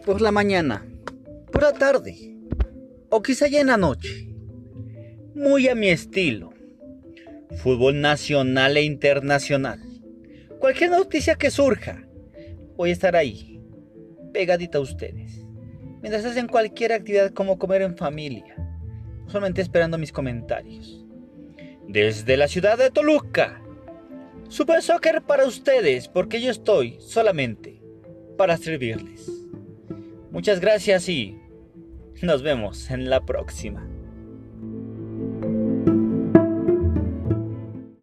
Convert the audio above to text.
por la mañana, por la tarde o quizá ya en la noche. Muy a mi estilo. Fútbol nacional e internacional. Cualquier noticia que surja, voy a estar ahí, pegadita a ustedes. Mientras hacen cualquier actividad como comer en familia, solamente esperando mis comentarios. Desde la ciudad de Toluca, Super Soccer para ustedes, porque yo estoy solamente para servirles. Muchas gracias y nos vemos en la próxima.